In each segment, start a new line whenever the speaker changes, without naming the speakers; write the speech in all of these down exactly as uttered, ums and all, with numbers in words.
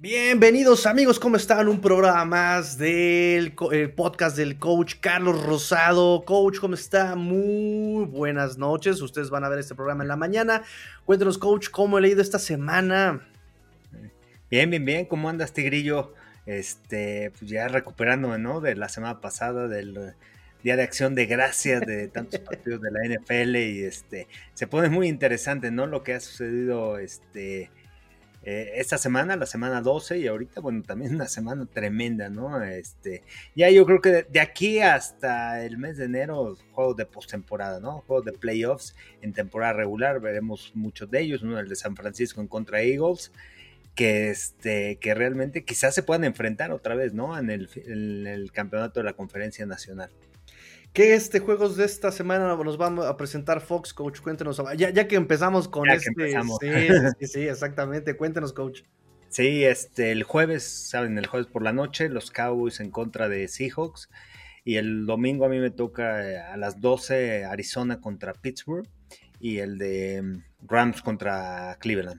Bienvenidos amigos, ¿cómo están? Un programa más del co- el podcast del coach Carlos Rosado. Coach, ¿cómo está? Muy buenas noches. Ustedes van a ver este programa en la mañana. Cuéntenos, coach, ¿cómo he leído esta semana?
Bien, bien, bien. ¿Cómo andas, Tigrillo? Este, pues ya recuperando, ¿no? De la semana pasada, del eh, Día de Acción de Gracias de tantos partidos de la N F L y este, se pone muy interesante, ¿no? Lo que ha sucedido, este, eh, esta semana, la semana doce y ahorita, bueno, también una semana tremenda, ¿no? Este, ya yo creo que de, de aquí hasta el mes de enero, juegos de postemporada, ¿no? Juegos de playoffs en temporada regular, veremos muchos de ellos, uno el de San Francisco en contra de Eagles que, este, que realmente quizás se puedan enfrentar otra vez, ¿no? En el, en el campeonato de la Conferencia Nacional.
¿Qué este juegos de esta semana nos va a presentar Fox, coach? Cuéntenos. Ya, ya que empezamos con
Ya que
este.
empezamos.
Sí, sí, sí, sí, exactamente. Cuéntenos, coach.
Sí, este, el jueves, saben, el jueves por la noche, los Cowboys en contra de Seahawks. Y el domingo a mí me toca eh, a las doce Arizona contra Pittsburgh y el de mm, Rams contra Cleveland.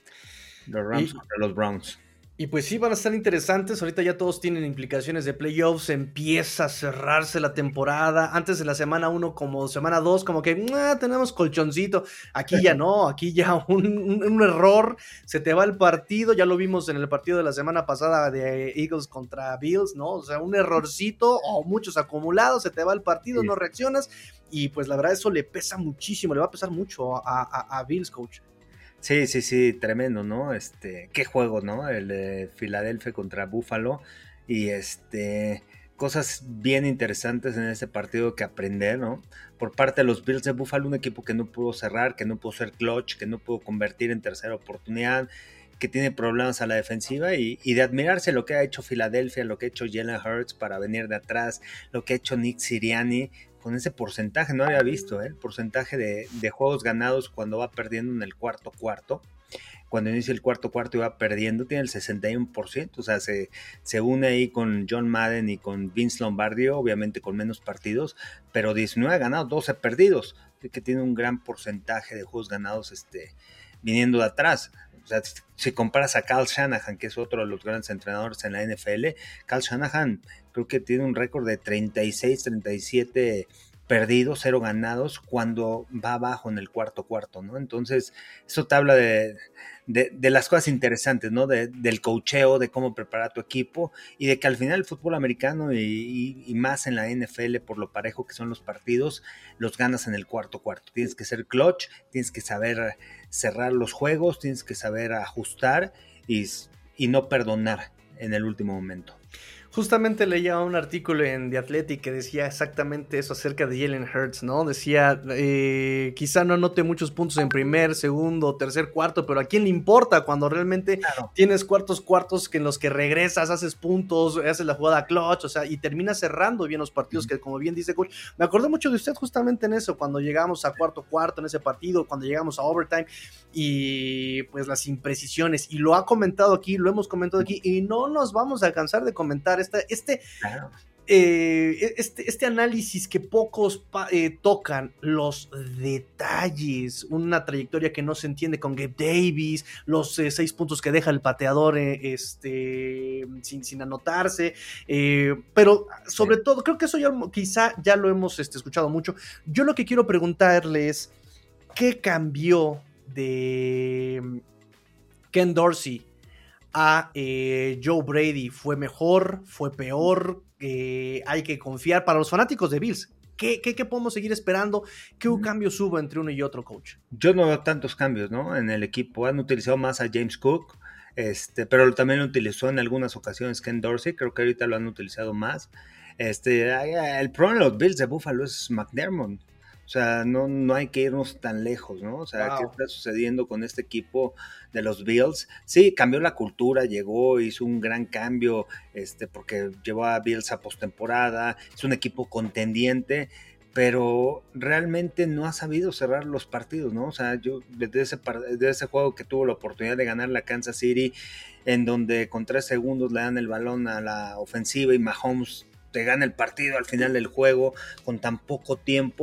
Los Rams
Y,
contra los Browns.
Y pues sí, van a estar interesantes. Ahorita ya todos tienen implicaciones de playoffs. Empieza a cerrarse la temporada. Antes de la semana uno, como semana dos, como que ah, tenemos colchoncito. Aquí ya no, aquí ya un, un, un error. Se te va el partido. Ya lo vimos en el partido de la semana pasada de Eagles contra Bills, ¿no? O sea, un errorcito o muchos acumulados. Se te va el partido,
Sí,
no reaccionas. Y pues la verdad, eso le pesa muchísimo. Le va a pesar mucho a, a, a Bills, coach.
sí, sí, sí, tremendo, ¿no? Este, qué juego, ¿no? El de Filadelfia contra Buffalo y este, cosas bien interesantes en ese partido que aprender, ¿no? Por parte de los Bills de Buffalo, un equipo que no pudo cerrar, que no pudo ser clutch, que no pudo convertir en tercera oportunidad, que tiene problemas a la defensiva y, y de admirarse lo que ha hecho Filadelfia, lo que ha hecho Jalen Hurts para venir de atrás, lo que ha hecho Nick Sirianni con ese porcentaje, no había visto ¿eh? el porcentaje de, de juegos ganados cuando va perdiendo en el cuarto cuarto, cuando inicia el cuarto cuarto y va perdiendo, tiene el sesenta y uno por ciento, o sea, se, se une ahí con John Madden y con Vince Lombardi, obviamente con menos partidos, pero diecinueve ganados, doce perdidos, que tiene un gran porcentaje de juegos ganados este, viniendo de atrás. O sea, si comparas a Kyle Shanahan, que es otro de los grandes entrenadores en la N F L, Kyle Shanahan creo que tiene un récord de treinta y seis, treinta y siete perdidos, cero ganados, cuando va abajo en el cuarto cuarto, ¿no? Entonces, eso te habla de, de, de las cosas interesantes, ¿no? De, del coacheo, de cómo preparar tu equipo y de que al final el fútbol americano y, y, y más en la N F L, por lo parejo que son los partidos, los ganas en el cuarto cuarto. Tienes que ser clutch, tienes que saber cerrar los juegos, tienes que saber ajustar y, y no perdonar en el último momento.
Justamente leía un artículo en The Athletic que decía exactamente eso acerca de Jalen Hurts, ¿no? Decía, eh, quizá no anote muchos puntos en primer, segundo, tercer, cuarto, pero ¿a quién le importa cuando realmente
Claro.
tienes cuartos cuartos que en los que regresas, haces puntos, haces la jugada clutch, o sea, y terminas cerrando bien los partidos que, como bien dice coach, me acordé mucho de usted justamente en eso, cuando llegamos a cuarto cuarto en ese partido, cuando llegamos a overtime y pues las imprecisiones, y lo ha comentado aquí, lo hemos comentado aquí, y no nos vamos a cansar de comentar Este, este,
Claro.
eh, este, este análisis que pocos eh, tocan, los detalles, una trayectoria que no se entiende con Gabe Davis, los eh, seis puntos que deja el pateador eh, este, sin, sin anotarse, eh, pero sobre
Sí.
todo, creo que eso ya quizá ya lo hemos este, escuchado mucho. Yo lo que quiero preguntarle es, ¿qué cambió de Ken Dorsey a eh, Joe Brady? ¿Fue mejor? ¿Fue peor? Eh, hay que confiar para los fanáticos de Bills. ¿Qué, qué, qué podemos seguir esperando? ¿Qué cambios hubo entre uno y otro, coach?
Yo no veo tantos cambios, ¿no? En el equipo han utilizado más a James Cook, este, pero también lo utilizó en algunas ocasiones Ken Dorsey, creo que ahorita lo han utilizado más. Este, el problema de los Bills de Buffalo es McDermott. O sea, no, no hay que irnos tan lejos, ¿no? O sea, ¿qué
Wow.
está sucediendo con este equipo de los Bills? Sí, cambió la cultura, llegó, hizo un gran cambio, este, porque llevó a Bills a postemporada, es un equipo contendiente, pero realmente no ha sabido cerrar los partidos, ¿no? O sea, yo desde ese, desde ese juego que tuvo la oportunidad de ganar la Kansas City, en donde con tres segundos le dan el balón a la ofensiva y Mahomes te gana el partido al final del juego con tan poco tiempo,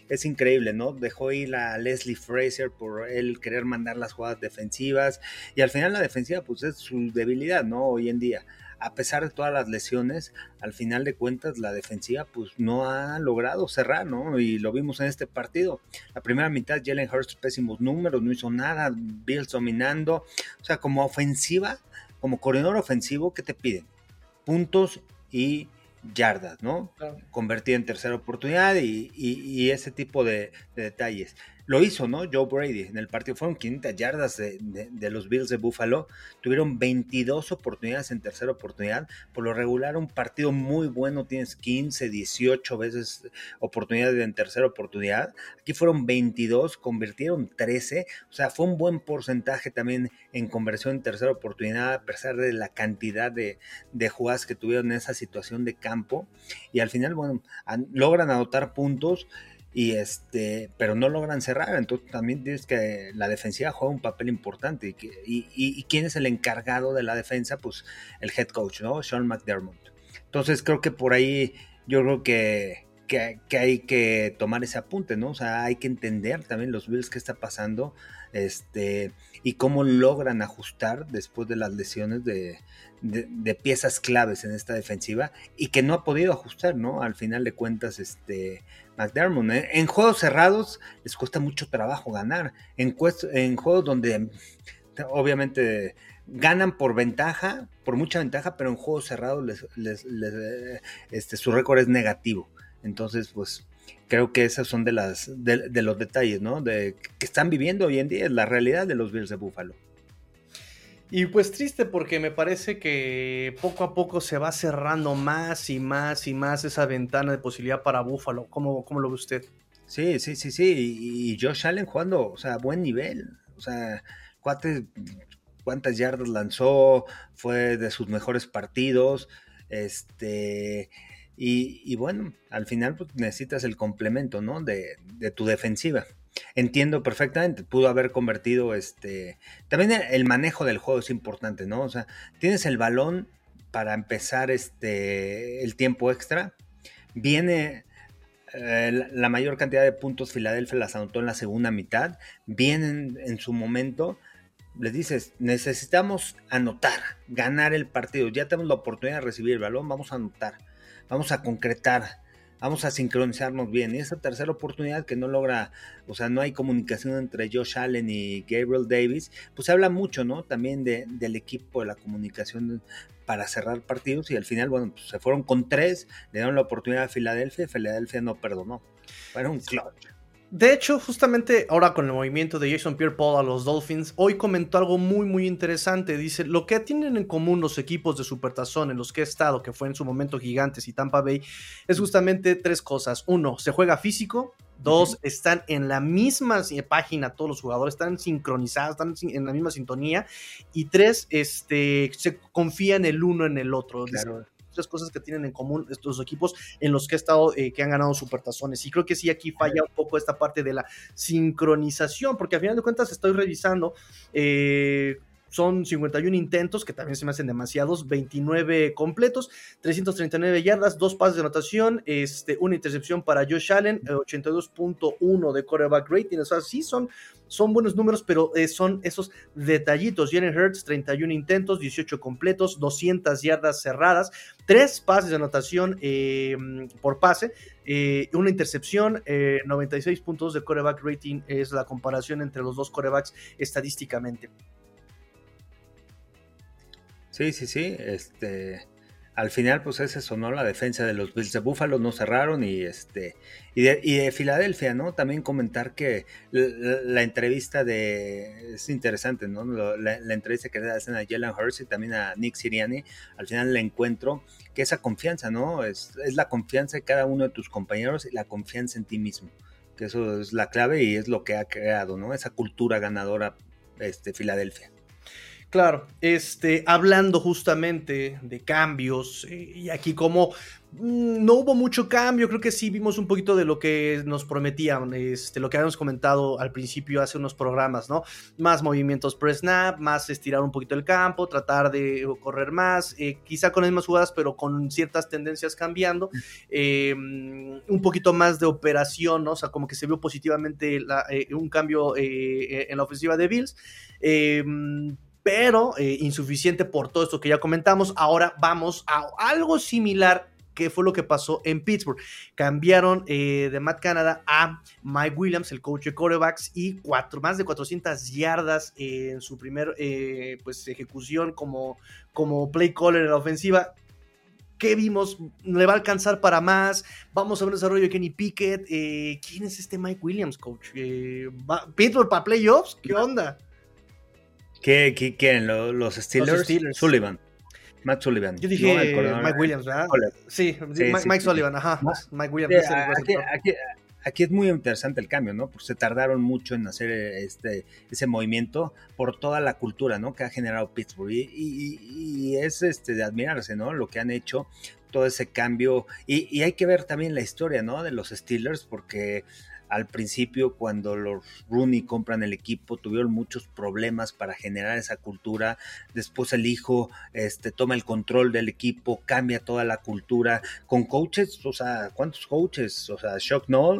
es increíble, ¿no? Dejó ir a Leslie Frazier por él querer mandar las jugadas defensivas, y al final la defensiva pues es su debilidad, ¿no? Hoy en día, a pesar de todas las lesiones, al final de cuentas la defensiva pues no ha logrado cerrar, ¿no? Y lo vimos en este partido. La primera mitad, Jalen Hurts, pésimos números, no hizo nada, Bills dominando. O sea, como ofensiva, como corredor ofensivo, ¿qué te piden? Puntos y yardas, ¿no? Claro. Convertir en tercera oportunidad y, y, y ese tipo de, de detalles. Lo hizo, ¿no? Joe Brady en el partido, fueron quinientas yardas de, de, de los Bills de Buffalo, tuvieron veintidós oportunidades en tercera oportunidad, por lo regular un partido muy bueno, tienes quince, dieciocho veces oportunidades en tercera oportunidad, aquí fueron veintidós, convirtieron trece, o sea, fue un buen porcentaje también en conversión en tercera oportunidad, a pesar de la cantidad de, de jugadas que tuvieron en esa situación de campo, y al final, bueno, an, logran anotar puntos, y este, pero no logran cerrar, entonces también tienes que la defensiva juega un papel importante, y, y, y, y quién es el encargado de la defensa, pues el head coach, ¿no? Sean McDermott. Entonces creo que por ahí yo creo que, que, que hay que tomar ese apunte, ¿no? O sea, hay que entender también los Bills qué está pasando, este, y cómo logran ajustar después de las lesiones de, de, de piezas claves en esta defensiva, y que no ha podido ajustar, ¿no? Al final de cuentas, este McDermott, ¿eh? En juegos cerrados les cuesta mucho trabajo ganar, en, cuest- en juegos donde obviamente ganan por ventaja, por mucha ventaja, pero en juegos cerrados les, les, les, este, su récord es negativo. Entonces, pues creo que esas son de las de, de los detalles, ¿no? De que están viviendo hoy en día, es la realidad de los Bills de Buffalo.
Y pues triste, porque me parece que poco a poco se va cerrando más y más y más esa ventana de posibilidad para Buffalo. ¿Cómo, cómo lo ve usted?
Sí, sí, sí, sí. Y, y Josh Allen jugando, o sea, a buen nivel. O sea, cuántas, cuántas yardas lanzó, fue de sus mejores partidos. Este, y, y bueno, al final pues, necesitas el complemento, ¿no? De, de tu defensiva. Entiendo perfectamente, pudo haber convertido este. También el manejo del juego es importante, ¿no? O sea, tienes el balón para empezar este el tiempo extra. Viene eh, la, la mayor cantidad de puntos, Filadelfia las anotó en la segunda mitad. Vienen en su momento. Les dices, necesitamos anotar, ganar el partido. Ya tenemos la oportunidad de recibir el balón, vamos a anotar, vamos a concretar, vamos a sincronizarnos bien. Y esa tercera oportunidad que no logra, o sea, no hay comunicación entre Josh Allen y Gabriel Davis, pues se habla mucho, ¿no? También de, del equipo, de la comunicación para cerrar partidos, y al final, bueno, pues se fueron con tres, le dieron la oportunidad a Filadelfia, y Filadelfia no perdonó. Era un clutch.
De hecho, justamente ahora con el movimiento de Jason Pierre-Paul a los Dolphins, hoy comentó algo muy muy interesante. Dice, lo que tienen en común los equipos de Supertazón en los que he estado, que fue en su momento Gigantes y Tampa Bay, es justamente tres cosas. Uno, se juega físico. Dos, uh-huh. Están en la misma página todos los jugadores, están sincronizados, están en la misma sintonía. Y tres, este, se confían el uno en el otro.
Claro.
Dice, tres cosas que tienen en común estos equipos en los que he estado, eh, que han ganado supertazones, y creo que sí aquí falla un poco esta parte de la sincronización, porque al final de cuentas estoy revisando, eh, son cincuenta y uno intentos, que también se me hacen demasiados, veintinueve completos, trescientas treinta y nueve yardas, dos pases de anotación, este, una intercepción para Josh Allen, ochenta y dos punto uno de quarterback rating. O sea, sí son, son buenos números, pero eh, son esos detallitos. Jalen Hurts, treinta y uno intentos, dieciocho completos, doscientas yardas cerradas, tres pases de anotación eh, por pase, eh, una intercepción, eh, noventa y seis puntos de quarterback rating es la comparación entre los dos quarterbacks estadísticamente.
Sí, sí, sí, este, al final pues ese sonó la defensa de los Bills de Buffalo, no cerraron, y este, y de, y de Filadelfia, ¿no? También comentar que la, la entrevista de, es interesante, ¿no? La, la entrevista que le hacen a Jalen Hurts y también a Nick Sirianni, al final le encuentro que esa confianza, ¿no? Es, es la confianza de cada uno de tus compañeros y la confianza en ti mismo, que eso es la clave y es lo que ha creado, ¿no? Esa cultura ganadora, este, Filadelfia.
Claro, este, hablando justamente de cambios, eh, y aquí como mm, no hubo mucho cambio, creo que sí vimos un poquito de lo que nos prometían, este, lo que habíamos comentado al principio hace unos programas, ¿no? Más movimientos pre-snap, más estirar un poquito el campo, tratar de correr más, eh, quizá con las mismas jugadas, pero con ciertas tendencias cambiando, eh, un poquito más de operación, ¿no? O sea, como que se vio positivamente la, eh, un cambio eh, en la ofensiva de Bills. Eh, pero eh, insuficiente por todo esto que ya comentamos. Ahora vamos a algo similar que fue lo que pasó en Pittsburgh. Cambiaron eh, de Matt Canada a Mike Williams, el coach de quarterbacks, y cuatro, más de cuatrocientas yardas eh, en su primer eh, pues, ejecución como, como play caller en la ofensiva. ¿Qué vimos? ¿Le va a alcanzar para más? Vamos a ver el desarrollo de Kenny Pickett. Eh, ¿Quién es este Mike Williams, coach? Eh, ¿Pittsburgh para playoffs? ¿Qué onda?
¿Qué, qué quieren? ¿Los, los Steelers?
Los Steelers.
Sullivan. Matt Sullivan.
Yo
No, el
dije
coordinador.
Mike Williams, ¿verdad? Sí,
Sí,
Mike,
sí,
Mike
sí.
Sullivan, ajá.
No,
Mike Williams
sí,
es el
aquí,
receptor.
aquí, aquí es muy interesante el cambio, ¿no? Porque se tardaron mucho en hacer este, ese movimiento por toda la cultura, ¿no? Que ha generado Pittsburgh. Y, y, y es este, de admirarse, ¿no? Lo que han hecho, todo ese cambio. Y, y hay que ver también la historia, ¿no? De los Steelers, porque al principio, cuando los Rooney compran el equipo, tuvieron muchos problemas para generar esa cultura. Después el hijo este, toma el control del equipo, cambia toda la cultura con coaches, o sea, ¿cuántos coaches? O sea, Chuck Noll,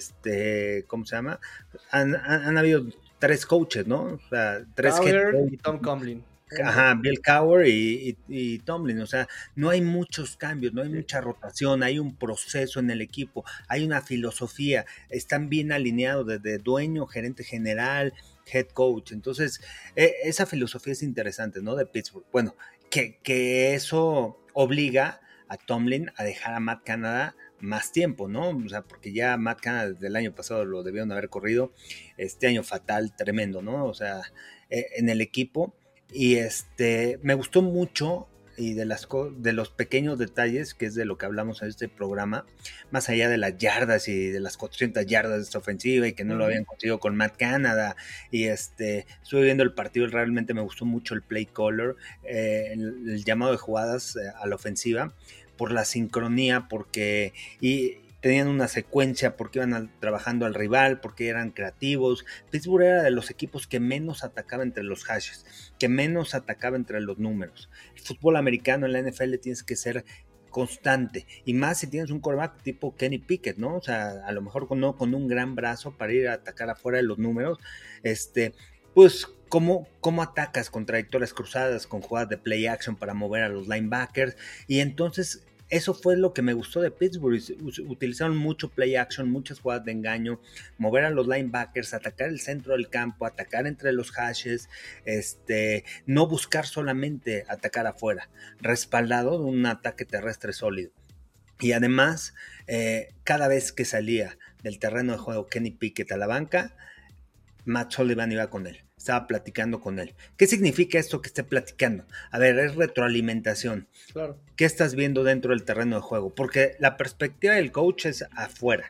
este, ¿cómo se llama? Han, han, han habido tres coaches, ¿no? O sea, tres
Cowher
head coaches.
y Tom Coughlin.
Ajá, Bill Cowher y, y, y Tomlin, o sea, no hay muchos cambios, no hay mucha rotación, hay un proceso en el equipo, hay una filosofía, están bien alineados desde dueño, gerente general, head coach, entonces eh, esa filosofía es interesante, ¿no? De Pittsburgh. Bueno, que, que eso obliga a Tomlin a dejar a Matt Canada más tiempo, ¿no? O sea, porque ya Matt Canada desde el año pasado lo debieron haber corrido, este año fatal, tremendo, ¿no? O sea, eh, en el equipo. Y este, me gustó mucho y de, las, de los pequeños detalles, que es de lo que hablamos en este programa, más allá de las yardas y de las cuatrocientas yardas de esta ofensiva y que no uh-huh. lo habían conseguido con Matt Canada, y este, estuve viendo el partido y realmente me gustó mucho el play caller, eh, el, el llamado de jugadas eh, a la ofensiva, por la sincronía, porque... y, tenían una secuencia porque iban a, trabajando al rival, porque eran creativos. Pittsburgh era de los equipos que menos atacaba entre los hashes, que menos atacaba entre los números. El fútbol americano en la N F L tienes que ser constante, y más si tienes un quarterback tipo Kenny Pickett, ¿no? O sea, a lo mejor con, no con un gran brazo para ir a atacar afuera de los números, este, pues ¿Cómo, ¿Cómo atacas con trayectorias cruzadas, con jugadas de play action para mover a los linebackers? Y entonces eso fue lo que me gustó de Pittsburgh. Utilizaron mucho play action, muchas jugadas de engaño, mover a los linebackers, atacar el centro del campo, atacar entre los hashes, este, no buscar solamente atacar afuera, respaldado de un ataque terrestre sólido. Y además, eh, cada vez que salía del terreno de juego Kenny Pickett a la banca, Matt Sullivan iba con él, estaba platicando con él. ¿Qué significa esto que esté platicando? A ver, es retroalimentación.
Claro.
¿Qué estás viendo dentro del terreno de juego? Porque la perspectiva del coach es afuera,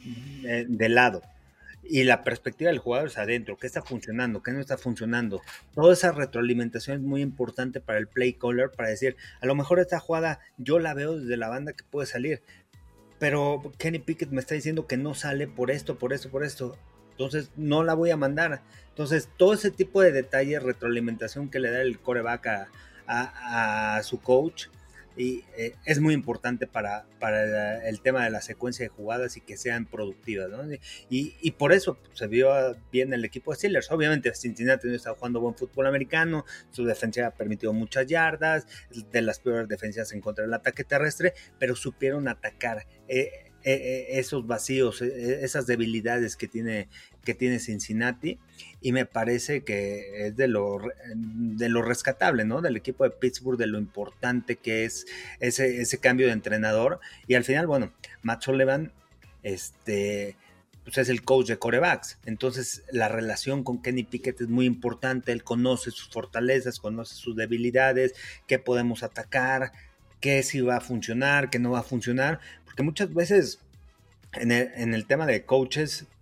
de, de lado, y la perspectiva del jugador es adentro. ¿Qué está funcionando? ¿Qué no está funcionando? Toda esa retroalimentación es muy importante para el play caller, para decir, a lo mejor esta jugada yo la veo desde la banda que puede salir, pero Kenny Pickett me está diciendo que no sale por esto, por esto, por esto. Entonces no la voy a mandar. Entonces todo ese tipo de detalles, retroalimentación que le da el quarterback a, a, a su coach, y eh, es muy importante para, para el tema de la secuencia de jugadas y que sean productivas, ¿no? Y, y por eso se vio bien el equipo de Steelers. Obviamente Cincinnati no está jugando buen fútbol americano, su defensa ha permitido muchas yardas, de las peores defensas en contra del ataque terrestre, pero supieron atacar eh, eh, esos vacíos, eh, esas debilidades que tiene, que tiene Cincinnati, y me parece que es de lo, de lo rescatable, ¿no? Del equipo de Pittsburgh, de lo importante que es ese, ese cambio de entrenador. Y al final, bueno, Matt Sullivan este, pues es el coach de quarterbacks, entonces la relación con Kenny Pickett es muy importante. Él conoce sus fortalezas, conoce sus debilidades, qué podemos atacar, qué sí va a funcionar, qué no va a funcionar, porque muchas veces en el, en el tema de coaches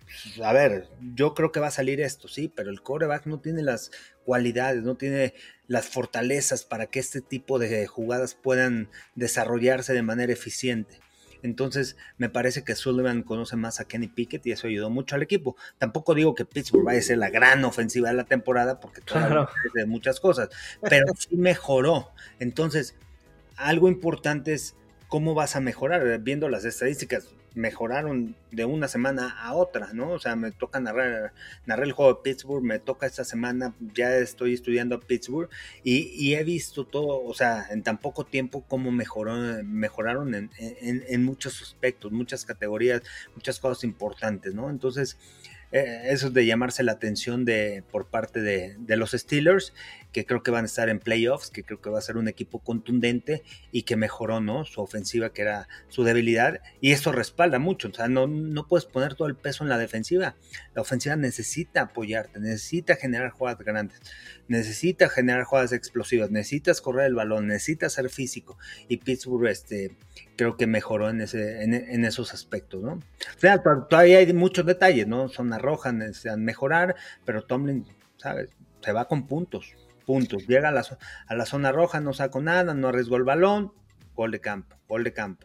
a ver, yo creo que va a salir esto, sí, pero el quarterback no tiene las cualidades, no tiene las fortalezas para que este tipo de jugadas puedan desarrollarse de manera eficiente. Entonces, me parece que Sullivan conoce más a Kenny Pickett y eso ayudó mucho al equipo. Tampoco digo que Pittsburgh vaya a ser la gran ofensiva de la temporada, porque todavía
Claro.
de muchas cosas, pero sí mejoró. Entonces, algo importante es cómo vas a mejorar. Viendo las estadísticas, mejoraron de una semana a otra, ¿no? O sea, me toca narrar, narrar el juego de Pittsburgh, me toca esta semana, ya estoy estudiando a Pittsburgh y, y he visto todo, o sea, en tan poco tiempo cómo mejoró, mejoraron en, en, en muchos aspectos, muchas categorías, muchas cosas importantes, ¿no? Entonces, eh, eso es de llamarse la atención de, por parte de, de los Steelers, que creo que van a estar en playoffs, que creo que va a ser un equipo contundente y que mejoró, ¿no? Su ofensiva, que era su debilidad, y esto respalda mucho. O sea, no, no puedes poner todo el peso en la defensiva. La ofensiva necesita apoyarte, necesita generar jugadas grandes, necesita generar jugadas explosivas, necesitas correr el balón, necesitas ser físico, y Pittsburgh este, creo que mejoró en, ese, en, en esos aspectos, ¿no? O sea, todavía hay muchos detalles, ¿no? Zona roja, necesitan mejorar, pero Tomlin, ¿sabes? Se va con puntos. Puntos, llega a la, a la zona roja, no sacó nada, no arriesgó el balón, gol de campo, gol de campo.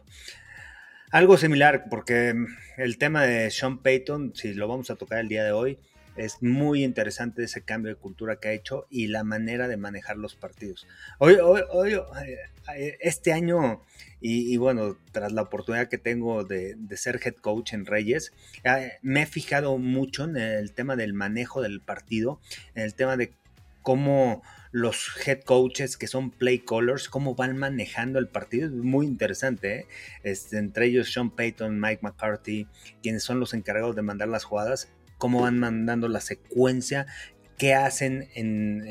Algo similar, porque el tema de Sean Payton, si lo vamos a tocar el día de hoy, es muy interesante ese cambio de cultura que ha hecho y la manera de manejar los partidos. Hoy, hoy, hoy este año, y, y bueno, tras la oportunidad que tengo de, de ser head coach en Reyes, eh, me he fijado mucho en el tema del manejo del partido, en el tema de cómo los head coaches que son play callers, cómo van manejando el partido. Es muy interesante, ¿eh? Este, entre ellos Sean Payton, Mike McCarthy, quienes son los encargados de mandar las jugadas, cómo van mandando la secuencia, qué hacen en,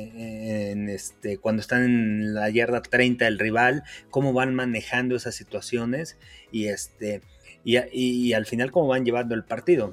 en este, cuando están en la yarda treinta del rival, cómo van manejando esas situaciones y, este, y, y, y al final cómo van llevando el partido.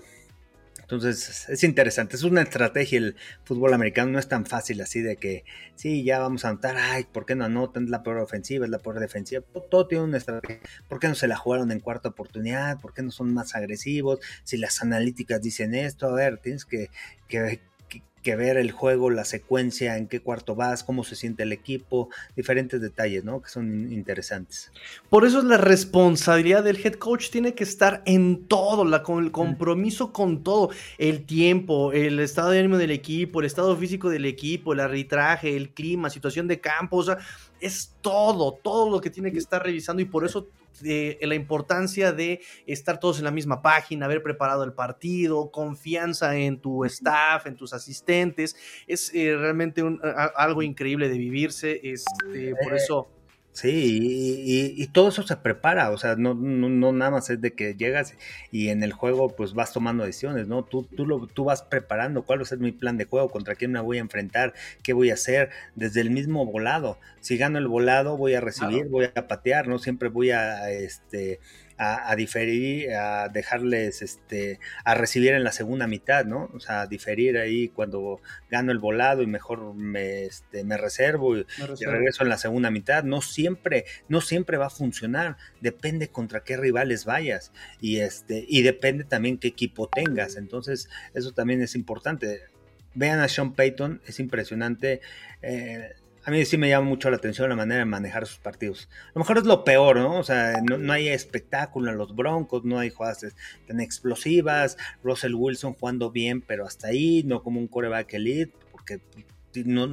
Entonces es interesante, es una estrategia. El fútbol americano no es tan fácil así de que sí, ya vamos a anotar, ay, ¿por qué no anotan? Es la peor ofensiva, es la peor defensiva, todo tiene una estrategia. ¿Por qué no se la jugaron en cuarta oportunidad? ¿Por qué no son más agresivos? Si las analíticas dicen esto, a ver, tienes que, que, que, que ver el juego, la secuencia, en qué cuarto vas, cómo se siente el equipo, diferentes detalles, ¿no? Que son interesantes.
Por eso es la responsabilidad del head coach, tiene que estar en todo, la, con el compromiso con todo, el tiempo, el estado de ánimo del equipo, el estado físico del equipo, el arbitraje, el clima, situación de campo, o sea, es todo, todo lo que tiene que estar revisando y por eso eh, la importancia de estar todos en la misma página, haber preparado el partido, confianza en tu staff, en tus asistentes, es eh, realmente un, a, algo increíble de vivirse, este, por eso...
Sí, y, y, y todo eso se prepara, o sea, no, no, no nada más es de que llegas y en el juego pues vas tomando decisiones, ¿no? Tú, tú, lo, tú vas preparando cuál va a ser mi plan de juego, contra quién me voy a enfrentar, qué voy a hacer, desde el mismo volado. Si gano el volado voy a recibir, claro, voy a patear, no siempre voy a, este, a, a diferir, a dejarles, este, a recibir en la segunda mitad, ¿no? O sea, a diferir ahí cuando gano el volado y mejor me, este, me reservo y, me reservo. y regreso en la segunda mitad. No siempre, no siempre va a funcionar, depende contra qué rivales vayas y, este, y depende también qué equipo tengas. Entonces, eso también es importante. Vean a Sean Payton, es impresionante. Eh, A mí sí me llama mucho la atención la manera de manejar sus partidos. A lo mejor es lo peor, ¿no? O sea, no, no hay espectáculo en los Broncos, no hay jugadas tan explosivas. Russell Wilson jugando bien, pero hasta ahí, no como un quarterback elite, porque no,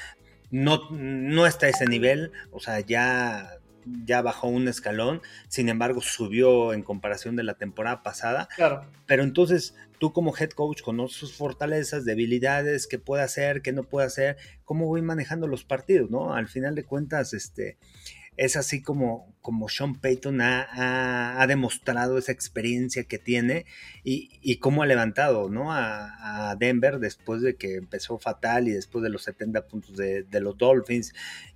no, no está a ese nivel. O sea, ya, ya bajó un escalón, sin embargo subió en comparación de la temporada pasada.
Claro.
Pero entonces tú como head coach conoces sus fortalezas, debilidades, qué puede hacer, qué no puede hacer, cómo voy manejando los partidos, ¿no? Al final de cuentas, este, es así como, como Sean Payton ha, ha, ha demostrado esa experiencia que tiene y, y cómo ha levantado, ¿no? a, a Denver después de que empezó fatal y después de los setenta puntos de, de los Dolphins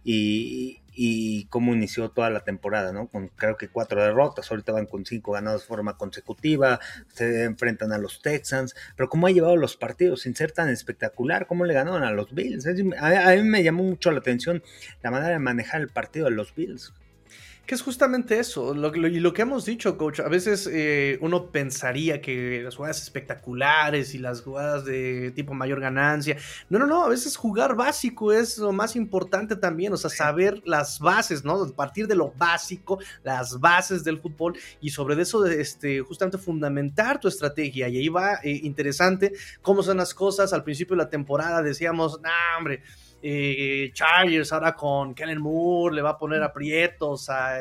y, y cómo inició toda la temporada, ¿no? Con creo que cuatro derrotas, ahorita van con cinco ganados de forma consecutiva, se enfrentan a los Texans, pero cómo ha llevado los partidos sin ser tan espectacular, cómo le ganaron a los Bills. A, a mí me llamó mucho la atención la manera de manejar el partido de los Bills.
Que es justamente eso, lo, lo, y lo que hemos dicho, coach. A veces eh, uno pensaría que las jugadas espectaculares y las jugadas de tipo mayor ganancia. No, no, no, a veces jugar básico es lo más importante también, o sea, saber las bases, ¿no? Partir de lo básico, las bases del fútbol y sobre eso, este, justamente fundamentar tu estrategia. Y ahí va eh, interesante cómo son las cosas. Al principio de la temporada decíamos, nah, hombre. Eh, Chargers ahora con Kellen Moore le va a poner aprietos a,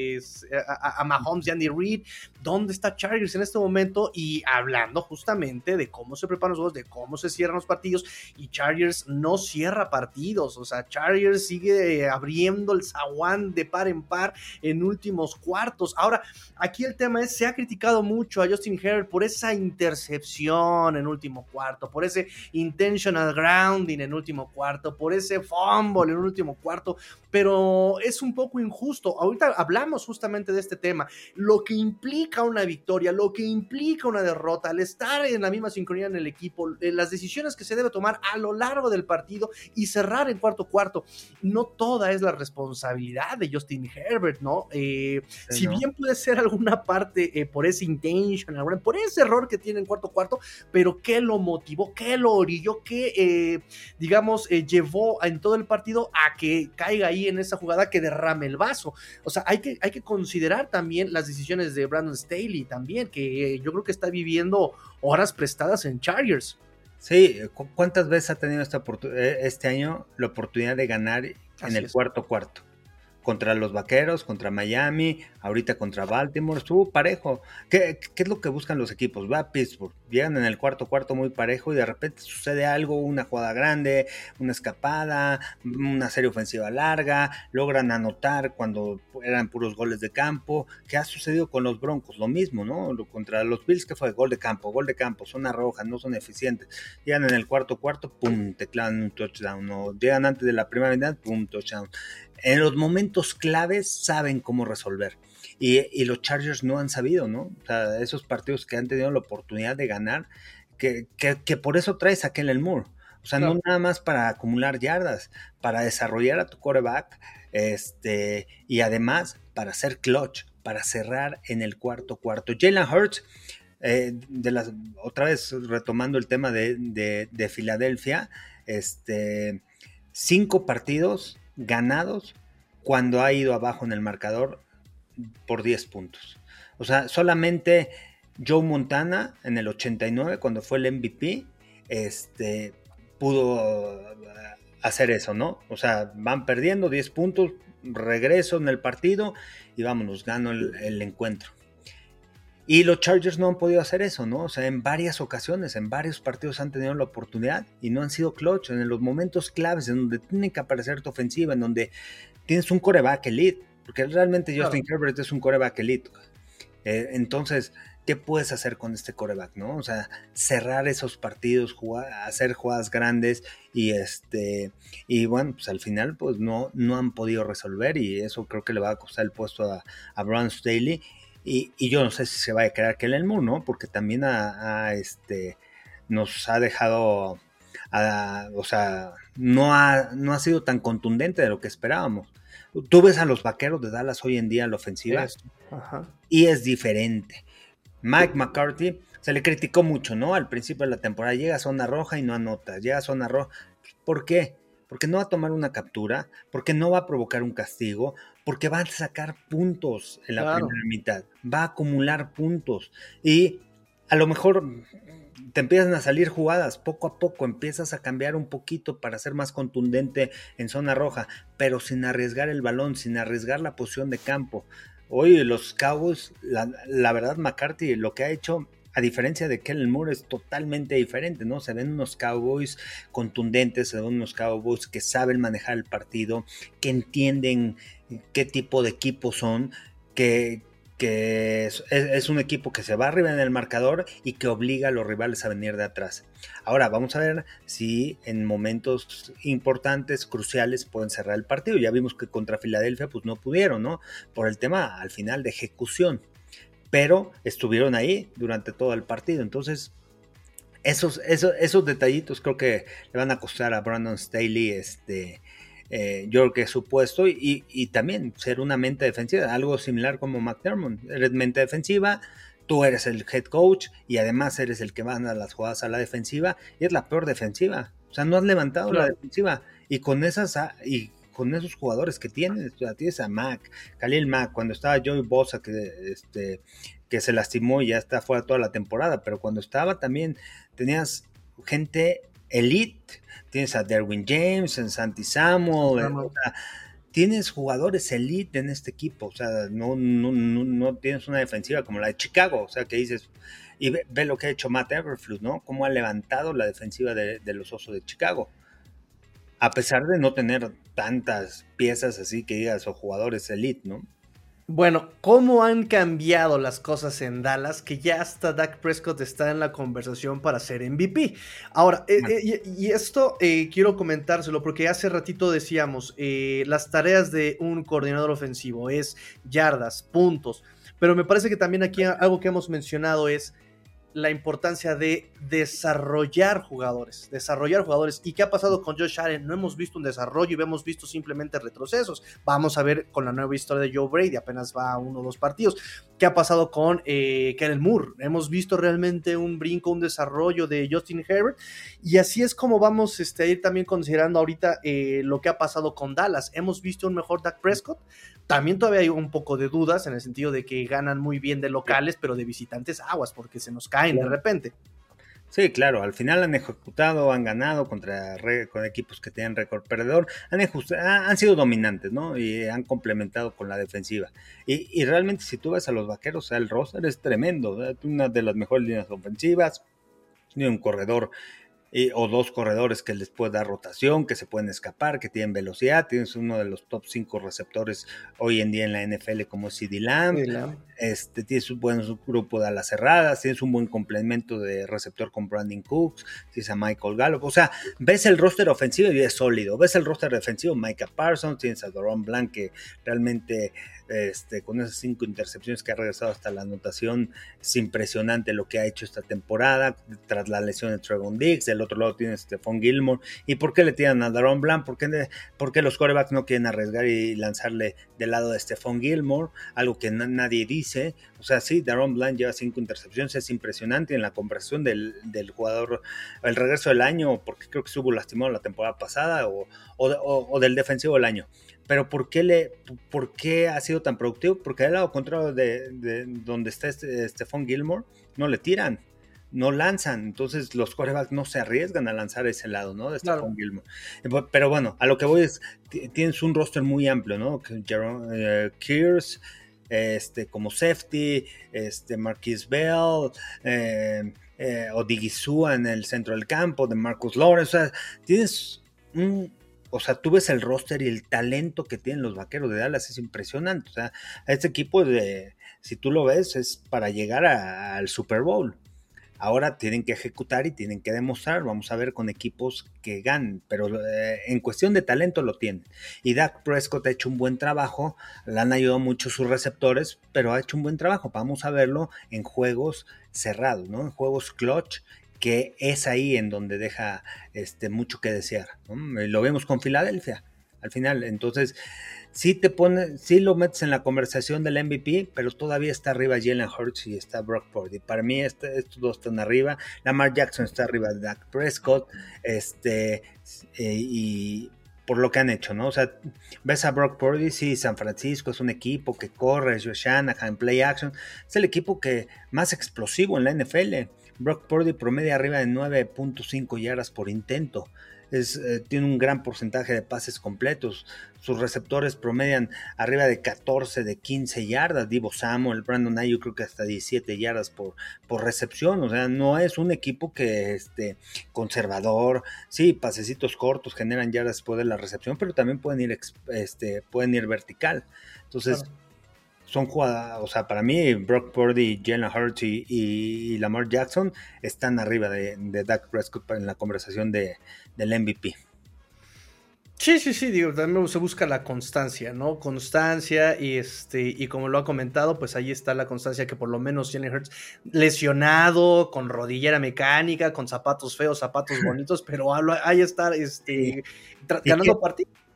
a, a Mahomes y Andy Reid. ¿Dónde está Chargers en este momento? Y hablando justamente de cómo se preparan los juegos, de cómo se cierran los partidos, y Chargers no cierra partidos, o sea, Chargers sigue abriendo el zaguán de par en par en últimos cuartos. Ahora, aquí el tema es, se ha criticado mucho a Justin Herbert por esa intercepción en último cuarto, por ese intentional grounding en último cuarto, por ese fumble en último cuarto, pero es un poco injusto. Ahorita hablamos justamente de este tema, lo que implica una victoria, lo que implica una derrota, al estar en la misma sincronía en el equipo, las decisiones que se debe tomar a lo largo del partido y cerrar en cuarto cuarto. No toda es la responsabilidad de Justin Herbert, ¿no? Eh, sí, si ¿no? bien puede ser alguna parte eh, por ese intention, por ese error que tiene en cuarto cuarto, pero ¿qué lo motivó? ¿Qué lo orilló? ¿Qué, eh, digamos, eh, llevó en todo el partido a que caiga ahí en esa jugada, que derrame el vaso? O sea, hay que, hay que considerar también las decisiones de Brandon Staley también, que eh, yo creo que está viviendo horas prestadas en Chargers.
Sí, ¿cuántas veces ha tenido esta este año la oportunidad de ganar en Así el es. cuarto cuarto? Contra los Vaqueros, contra Miami, ahorita contra Baltimore, estuvo parejo. ¿Qué, qué es lo que buscan los equipos? Va a Pittsburgh, llegan en el cuarto cuarto muy parejo y de repente sucede algo, una jugada grande, una escapada, una serie ofensiva larga, logran anotar cuando eran puros goles de campo. ¿Qué ha sucedido con los Broncos? Lo mismo, ¿no? Contra los Bills, que fue gol de campo, gol de campo, zona roja, no son eficientes. Llegan en el cuarto cuarto, pum, te clavan un touchdown. O llegan antes de la primera mitad, pum, touchdown. En los momentos claves saben cómo resolver. Y, y los Chargers no han sabido, ¿no? O sea, esos partidos que han tenido la oportunidad de ganar, que, que, que por eso traes a Kellen Moore. O sea, claro. No nada más para acumular yardas, para desarrollar a tu quarterback, este, y además para ser clutch, para cerrar en el cuarto cuarto. Jalen Hurts, eh, de las, otra vez retomando el tema de, de, de Filadelfia, este, cinco partidos ganados cuando ha ido abajo en el marcador por diez puntos. O sea, solamente Joe Montana en el ochenta y nueve, cuando fue el M V P, este, pudo hacer eso, ¿no? O sea, van perdiendo diez puntos, regreso en el partido y vámonos, gano el, el encuentro. Y los Chargers no han podido hacer eso, ¿no? O sea, en varias ocasiones, en varios partidos han tenido la oportunidad y no han sido clutch en los momentos claves, en donde tiene que aparecer tu ofensiva, en donde tienes un quarterback elite, porque realmente Justin claro. Herbert es un quarterback elite. Eh, entonces, ¿qué puedes hacer con este quarterback, no? O sea, cerrar esos partidos, jugar, hacer jugadas grandes y este y bueno, pues al final pues no, no han podido resolver y eso creo que le va a costar el puesto a, a Brandon Staley. Y, y yo no sé si se va a quedar Kellen Moore, ¿no? Porque también a, a este, nos ha dejado, a, o sea, no ha, no ha sido tan contundente de lo que esperábamos. Tú ves a los Vaqueros de Dallas hoy en día en la ofensiva es, ajá. y es diferente. Mike McCarthy se le criticó mucho, ¿no? Al principio de la temporada llega a zona roja y no anota, llega a zona roja. ¿Por qué? Porque no va a tomar una captura, porque no va a provocar un castigo, porque va a sacar puntos en la claro. primera mitad, va a acumular puntos y a lo mejor te empiezan a salir jugadas, poco a poco empiezas a cambiar un poquito para ser más contundente en zona roja, pero sin arriesgar el balón, sin arriesgar la posición de campo. Hoy los Cowboys, la, la verdad McCarthy lo que ha hecho, a diferencia de Kellen Moore, es totalmente diferente, ¿no? Se ven unos Cowboys contundentes, se ven unos Cowboys que saben manejar el partido, que entienden qué tipo de equipo son, que, que es, es un equipo que se va arriba en el marcador y que obliga a los rivales a venir de atrás. Ahora vamos a ver si en momentos importantes, cruciales, pueden cerrar el partido. Ya vimos que contra Filadelfia pues no pudieron, ¿no? Por el tema al final de ejecución. Pero estuvieron ahí durante todo el partido. Entonces, esos, esos, esos detallitos creo que le van a costar a Brandon Staley este, eh, yo creo que es su puesto, y, y también ser una mente defensiva, algo similar como McDermott. Eres mente defensiva, tú eres el head coach y además eres el que manda las jugadas a la defensiva, y es la peor defensiva. O sea, no has levantado claro. la defensiva, y con esas y con esos jugadores que tienes, o sea, tienes a Mack, Khalil Mack, cuando estaba Joey Bosa, que este que se lastimó y ya está fuera toda la temporada, pero cuando estaba también tenías gente elite, tienes a Derwin James, a Santi Samuel, o sea, tienes jugadores elite en este equipo, o sea, no, no, no, no tienes una defensiva como la de Chicago, o sea, que dices, y ve, ve lo que ha hecho Matt Eberflus, ¿no? Cómo ha levantado la defensiva de, de los Osos de Chicago, a pesar de no tener tantas piezas así que digas, o jugadores elite, ¿no?
Bueno, ¿cómo han cambiado las cosas en Dallas? Que ya hasta Dak Prescott está en la conversación para ser M V P. Ahora, eh, eh, y, y esto eh, quiero comentárselo porque hace ratito decíamos, eh, las tareas de un coordinador ofensivo es yardas, puntos, pero me parece que también aquí algo que hemos mencionado es la importancia de desarrollar jugadores, desarrollar jugadores. ¿Y qué ha pasado con Josh Allen? No hemos visto un desarrollo y hemos visto simplemente retrocesos. Vamos a ver con la nueva historia de Joe Brady, apenas va a uno o dos partidos. ¿Qué ha pasado con eh, Kellen Moore? Hemos visto realmente un brinco, un desarrollo de Justin Herbert, y así es como vamos este, a ir también considerando ahorita eh, lo que ha pasado con Dallas. Hemos visto un mejor Dak Prescott. También todavía hay un poco de dudas en el sentido de que ganan muy bien de locales, pero de visitantes aguas, porque se nos caen de repente.
Sí, claro, al final han ejecutado, han ganado contra con equipos que tienen récord perdedor, han, han sido dominantes, ¿no? Y han complementado con la defensiva. Y, y realmente si tú ves a los Vaqueros, o sea, el roster es tremendo, ¿verdad? Una de las mejores líneas ofensivas, tiene un corredor Y, o dos corredores que les puede dar rotación, que se pueden escapar, que tienen velocidad. Tienes uno de los top cinco receptores hoy en día en la N F L como CeeDee Lamb. Lamb. Este, tienes un buen grupo de alas cerradas, tienes un buen complemento de receptor con Brandon Cooks, tienes a Michael Gallup. O sea, ves el roster ofensivo y es sólido. Ves el roster defensivo, Micah Parsons, tienes a Doron Blanc, que realmente este, con esas cinco intercepciones que ha regresado hasta la anotación, es impresionante lo que ha hecho esta temporada, tras la lesión de Trevon Diggs. Del otro lado tienes a Stephon Gilmore. ¿Y por qué le tiran a Doron Blanc? ¿Por qué, ¿Por qué los quarterbacks no quieren arriesgar y lanzarle del lado de Stephon Gilmore? Algo que na- nadie dice. O sea, sí, Doron Blanc lleva cinco intercepciones, es impresionante en la conversión del, del jugador, el regreso del año, porque creo que estuvo lastimado la temporada pasada, o, o, o, o del defensivo del año. Pero ¿por qué, le, ¿por qué ha sido tan productivo? Porque del lado contrario de, de donde está este, Stephon Gilmore, no le tiran, no lanzan, entonces los quarterbacks no se arriesgan a lanzar ese lado, ¿no? De Stephon claro. Gilmore. Pero bueno, a lo que voy es, t- tienes un roster muy amplio, ¿no? Jerome, uh, Kears, este, como safety, este, Marquise Bell, eh, eh, Odigizua en el centro del campo, de Marcus Lawrence. O sea, tienes un... O sea, tú ves el roster y el talento que tienen los Vaqueros de Dallas, es impresionante. O sea, este equipo, de, si tú lo ves, es para llegar a, al Super Bowl. Ahora tienen que ejecutar y tienen que demostrar. Vamos a ver con equipos que ganen, pero eh, en cuestión de talento lo tienen. Y Dak Prescott ha hecho un buen trabajo, le han ayudado mucho sus receptores, pero ha hecho un buen trabajo. Vamos a verlo en juegos cerrados, ¿no? En juegos clutch, que es ahí en donde deja este, mucho que desear, ¿no? Lo vemos con Filadelfia al final. Entonces sí te pone, sí lo metes en la conversación del M V P, pero todavía está arriba Jalen Hurts y está Brock Purdy. Para mí este, estos dos están arriba. Lamar Jackson está arriba de Dak Prescott, este eh, y por lo que han hecho, ¿no? O sea, ves a Brock Purdy, sí, San Francisco es un equipo que corre, es Josh Shanahan, play action, es el equipo que más explosivo en la N F L. Brock Purdy promedia arriba de nueve punto cinco yardas por intento. Es, eh, tiene un gran porcentaje de pases completos. Sus receptores promedian arriba de catorce, de quince yardas. Deebo Samuel, Brandon Ayuk creo que hasta diecisiete yardas por, por recepción. O sea, no es un equipo que este, conservador. Sí, pasecitos cortos generan yardas después de la recepción, pero también pueden ir, este, pueden ir vertical. Entonces, claro. Son jugadas, o sea, para mí Brock Purdy, Jalen Hurts y, y, y Lamar Jackson están arriba de, de Dak Prescott en la conversación de, del M V P.
Sí, sí, sí, digo, también se busca la constancia, ¿no? Constancia y este, y como lo ha comentado, pues ahí está la constancia que por lo menos Jalen Hurts lesionado, con rodillera mecánica, con zapatos feos, zapatos bonitos, pero ahí está este, tra- ganando partidos.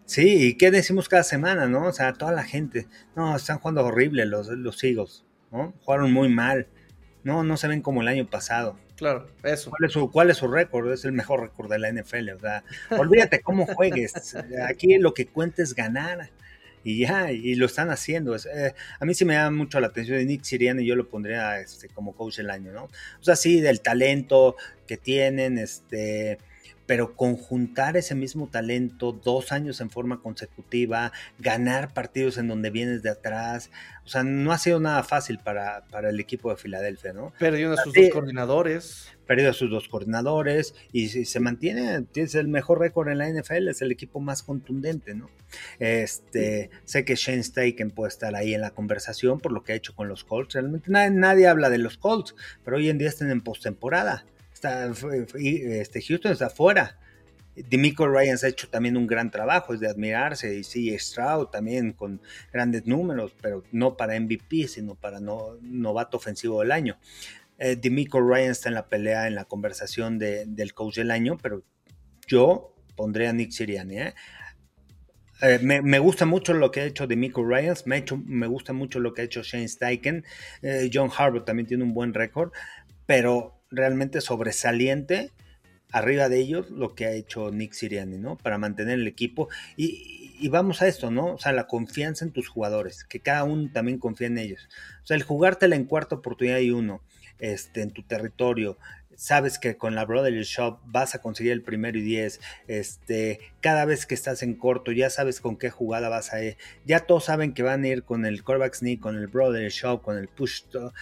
Sí, ¿y qué decimos cada semana, no? O sea, toda la gente, no, están jugando horrible los, los Eagles, ¿no? Jugaron muy mal, no, no se ven como el año pasado.
Claro, eso.
¿Cuál es su, cuál es su récord? Es el mejor récord de la N F L, o sea, olvídate cómo juegues, aquí lo que cuenta es ganar, y ya, y lo están haciendo. Es, eh, a mí sí me da mucho la atención de Nick Sirianni, yo lo pondría este, como coach del año, ¿no? O sea, sí, del talento que tienen, este... pero conjuntar ese mismo talento dos años en forma consecutiva, ganar partidos en donde vienes de atrás, o sea, no ha sido nada fácil para, para el equipo de Filadelfia, ¿no?
Perdió a sus
Así,
dos coordinadores.
Perdido a sus dos coordinadores y si se mantiene, es el mejor récord en la N F L, es el equipo más contundente, ¿no? Este, sé que Shane Steichen puede estar ahí en la conversación por lo que ha hecho con los Colts, realmente nadie, nadie habla de los Colts, pero hoy en día están en postemporada. Está, este, Houston está fuera. DeMeco Ryans ha hecho también un gran trabajo, es de admirarse, y sí, Stroud también con grandes números, pero no para M V P, sino para no, novato ofensivo del año. Eh, DeMeco Ryans está en la pelea, en la conversación de, del coach del año, pero yo pondré a Nick Sirianni, ¿eh? Eh, me, me gusta mucho lo que ha hecho DeMeco Ryans, me, ha hecho, me gusta mucho lo que ha hecho Shane Steichen, eh, John Harbaugh también tiene un buen récord, pero realmente sobresaliente arriba de ellos lo que ha hecho Nick Sirianni, ¿no? Para mantener el equipo y, y vamos a esto, ¿no? O sea, la confianza en tus jugadores, que cada uno también confía en ellos. O sea, el jugártela en cuarta oportunidad y uno, este, en tu territorio, sabes que con la Brotherly Shop vas a conseguir el primero y diez, este, cada vez que estás en corto ya sabes con qué jugada vas a ir, ya todos saben que van a ir con el quarterback sneak, con el Brotherly Shop, con el push,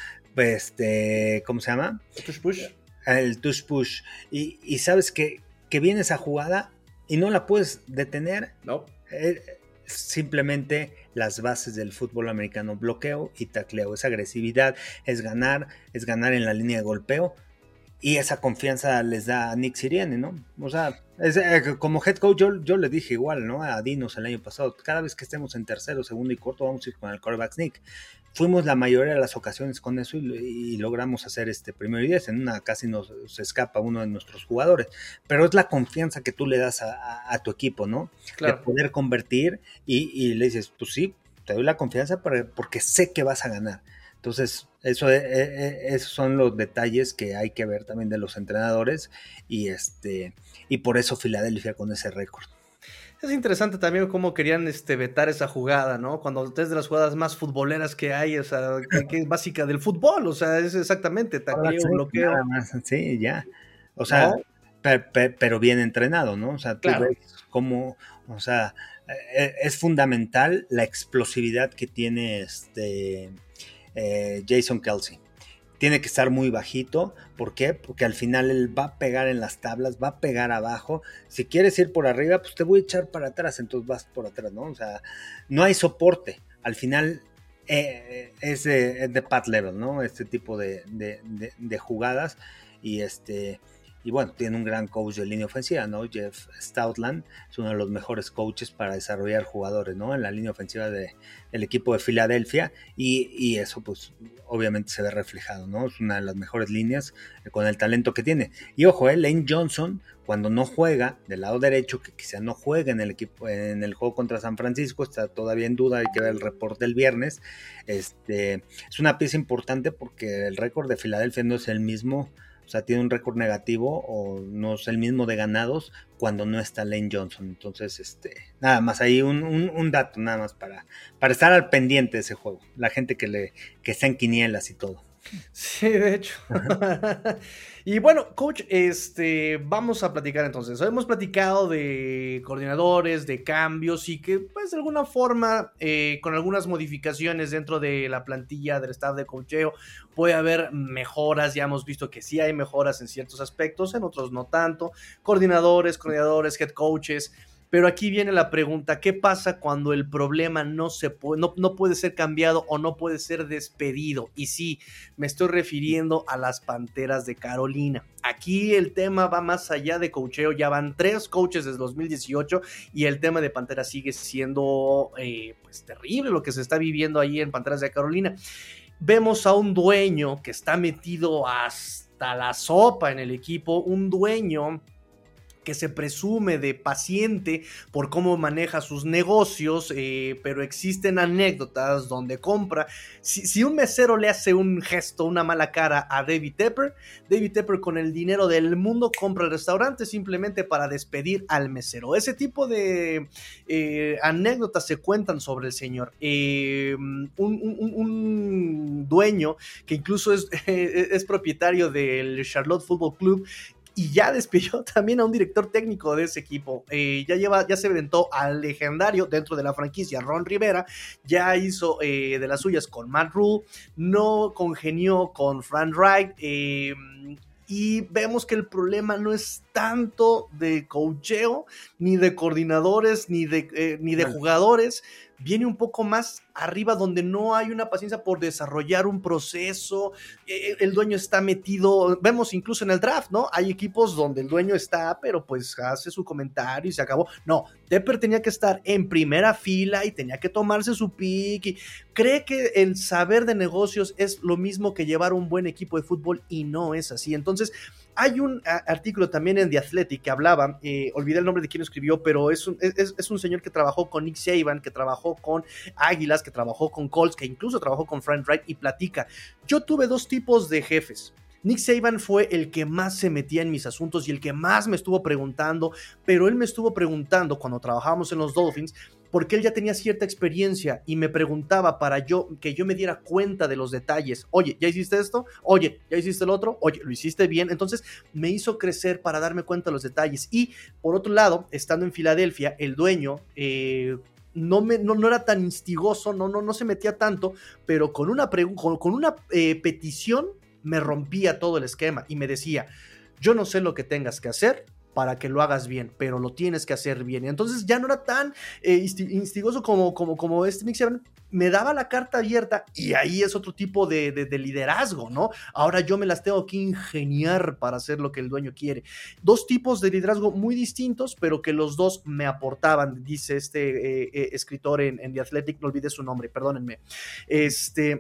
este, ¿cómo se llama?
Push push.
El tush push, y, y sabes que, que viene esa jugada y no la puedes detener.
No.
Eh, simplemente las bases del fútbol americano, bloqueo y tacleo, esa agresividad, es ganar, es ganar en la línea de golpeo, y esa confianza les da a Nick Sirianni, ¿no? O sea, es, eh, como head coach yo, yo le dije igual, ¿no? A Dinos el año pasado, cada vez que estemos en tercero, segundo y corto vamos a ir con el quarterback sneak. Fuimos la mayoría de las ocasiones con eso y, y logramos hacer este primero y diez. En una casi nos, nos escapa uno de nuestros jugadores, pero es la confianza que tú le das a, a, a tu equipo, ¿no? Claro. De poder convertir y, y le dices, pues sí, te doy la confianza para, porque sé que vas a ganar. Entonces, eso, eh, esos son los detalles que hay que ver también de los entrenadores y, este, y por eso Filadelfia con ese récord.
Es interesante también cómo querían este, vetar esa jugada, ¿no? Cuando es de las jugadas más futboleras que hay, o sea, que, que es básica del fútbol, o sea, es exactamente tacleo, sí, bloqueo.
Nada más, sí, ya. O sea, ¿no? per, per, pero bien entrenado, ¿no? O sea, tú claro. ves cómo, o sea, es fundamental la explosividad que tiene este eh, Jason Kelce. Tiene que estar muy bajito. ¿Por qué? Porque al final él va a pegar en las tablas, va a pegar abajo. Si quieres ir por arriba, pues te voy a echar para atrás, entonces vas por atrás, ¿no? O sea, no hay soporte. Al final eh, es, de, es de Pat Level, ¿no? Este tipo de, de, de, de jugadas. Y este... Y bueno, tiene un gran coach de línea ofensiva, ¿no? Jeff Stoutland es uno de los mejores coaches para desarrollar jugadores, ¿no? En la línea ofensiva de, del equipo de Filadelfia. Y, y eso, pues, obviamente se ve reflejado, ¿no? Es una de las mejores líneas con el talento que tiene. Y ojo, ¿eh? Lane Johnson, cuando no juega del lado derecho, que quizá no juegue en el equipo, en el juego contra San Francisco, está todavía en duda, hay que ver el reporte del viernes. Este, es una pieza importante porque el récord de Filadelfia no es el mismo. O sea, tiene un récord negativo o no es el mismo de ganados cuando no está Lane Johnson. Entonces, este, nada más ahí un, un, un dato nada más para, para estar al pendiente de ese juego. La gente que, le, que está en quinielas y todo.
Sí, de hecho. Y bueno, coach, este, vamos a platicar entonces. Hemos platicado de coordinadores, de cambios y que, pues, de alguna forma, eh, con algunas modificaciones dentro de la plantilla del staff de coacheo, puede haber mejoras. Ya hemos visto que sí hay mejoras en ciertos aspectos, en otros no tanto. Coordinadores, coordinadores, head coaches. Pero aquí viene la pregunta, ¿qué pasa cuando el problema no, se puede, no, no puede ser cambiado o no puede ser despedido? Y sí, me estoy refiriendo a las Panteras de Carolina. Aquí el tema va más allá de coacheo, ya van tres coaches desde dos mil dieciocho y el tema de Panteras sigue siendo eh, pues terrible lo que se está viviendo ahí en Panteras de Carolina. Vemos a un dueño que está metido hasta la sopa en el equipo, un dueño que se presume de paciente por cómo maneja sus negocios, eh, pero existen anécdotas donde compra. Si, si un mesero le hace un gesto, una mala cara a David Tepper, David Tepper con el dinero del mundo compra el restaurante simplemente para despedir al mesero. Ese tipo de eh, anécdotas se cuentan sobre el señor. Eh, un, un, un dueño que incluso es, eh, es propietario del Charlotte Football Club y ya despidió también a un director técnico de ese equipo. Eh, ya lleva, ya se aventó al legendario dentro de la franquicia Ron Rivera, ya hizo eh, de las suyas con Matt Rhule, no congenió con Frank Reich, eh, y vemos que el problema no es tanto de coacheo, ni de coordinadores, ni de, eh, ni de jugadores, viene un poco más arriba donde no hay una paciencia por desarrollar un proceso, eh, el dueño está metido, vemos incluso en el draft, ¿no? Hay equipos donde el dueño está, pero pues hace su comentario y se acabó. No, Tepper tenía que estar en primera fila y tenía que tomarse su pick y cree que el saber de negocios es lo mismo que llevar un buen equipo de fútbol y no es así. Entonces, hay un a, artículo también en The Athletic que hablaba, eh, olvidé el nombre de quien lo escribió, pero es un, es, es un señor que trabajó con Nick Saban, que trabajó con Águilas, que trabajó con Colts, que incluso trabajó con Frank Reich y platica. Yo tuve dos tipos de jefes. Nick Saban fue el que más se metía en mis asuntos y el que más me estuvo preguntando, pero él me estuvo preguntando cuando trabajábamos en los Dolphins, porque él ya tenía cierta experiencia y me preguntaba para yo que yo me diera cuenta de los detalles. Oye, ¿ya hiciste esto? Oye, ¿ya hiciste el otro? Oye, ¿lo hiciste bien? Entonces me hizo crecer para darme cuenta de los detalles. Y por otro lado, estando en Filadelfia, el dueño eh, no, me, no, no era tan instigoso, no, no, no se metía tanto, pero con una, pregu- con, con una eh, petición me rompía todo el esquema y me decía, yo no sé lo que tengas que hacer para que lo hagas bien, pero lo tienes que hacer bien. Y entonces ya no era tan eh, instigoso como, como, como este Nick Saban, me daba la carta abierta y ahí es otro tipo de, de, de liderazgo, ¿no? Ahora yo me las tengo que ingeniar para hacer lo que el dueño quiere. Dos tipos de liderazgo muy distintos, pero que los dos me aportaban, dice este eh, eh, escritor en, en The Athletic, no olvidé su nombre, perdónenme. Este...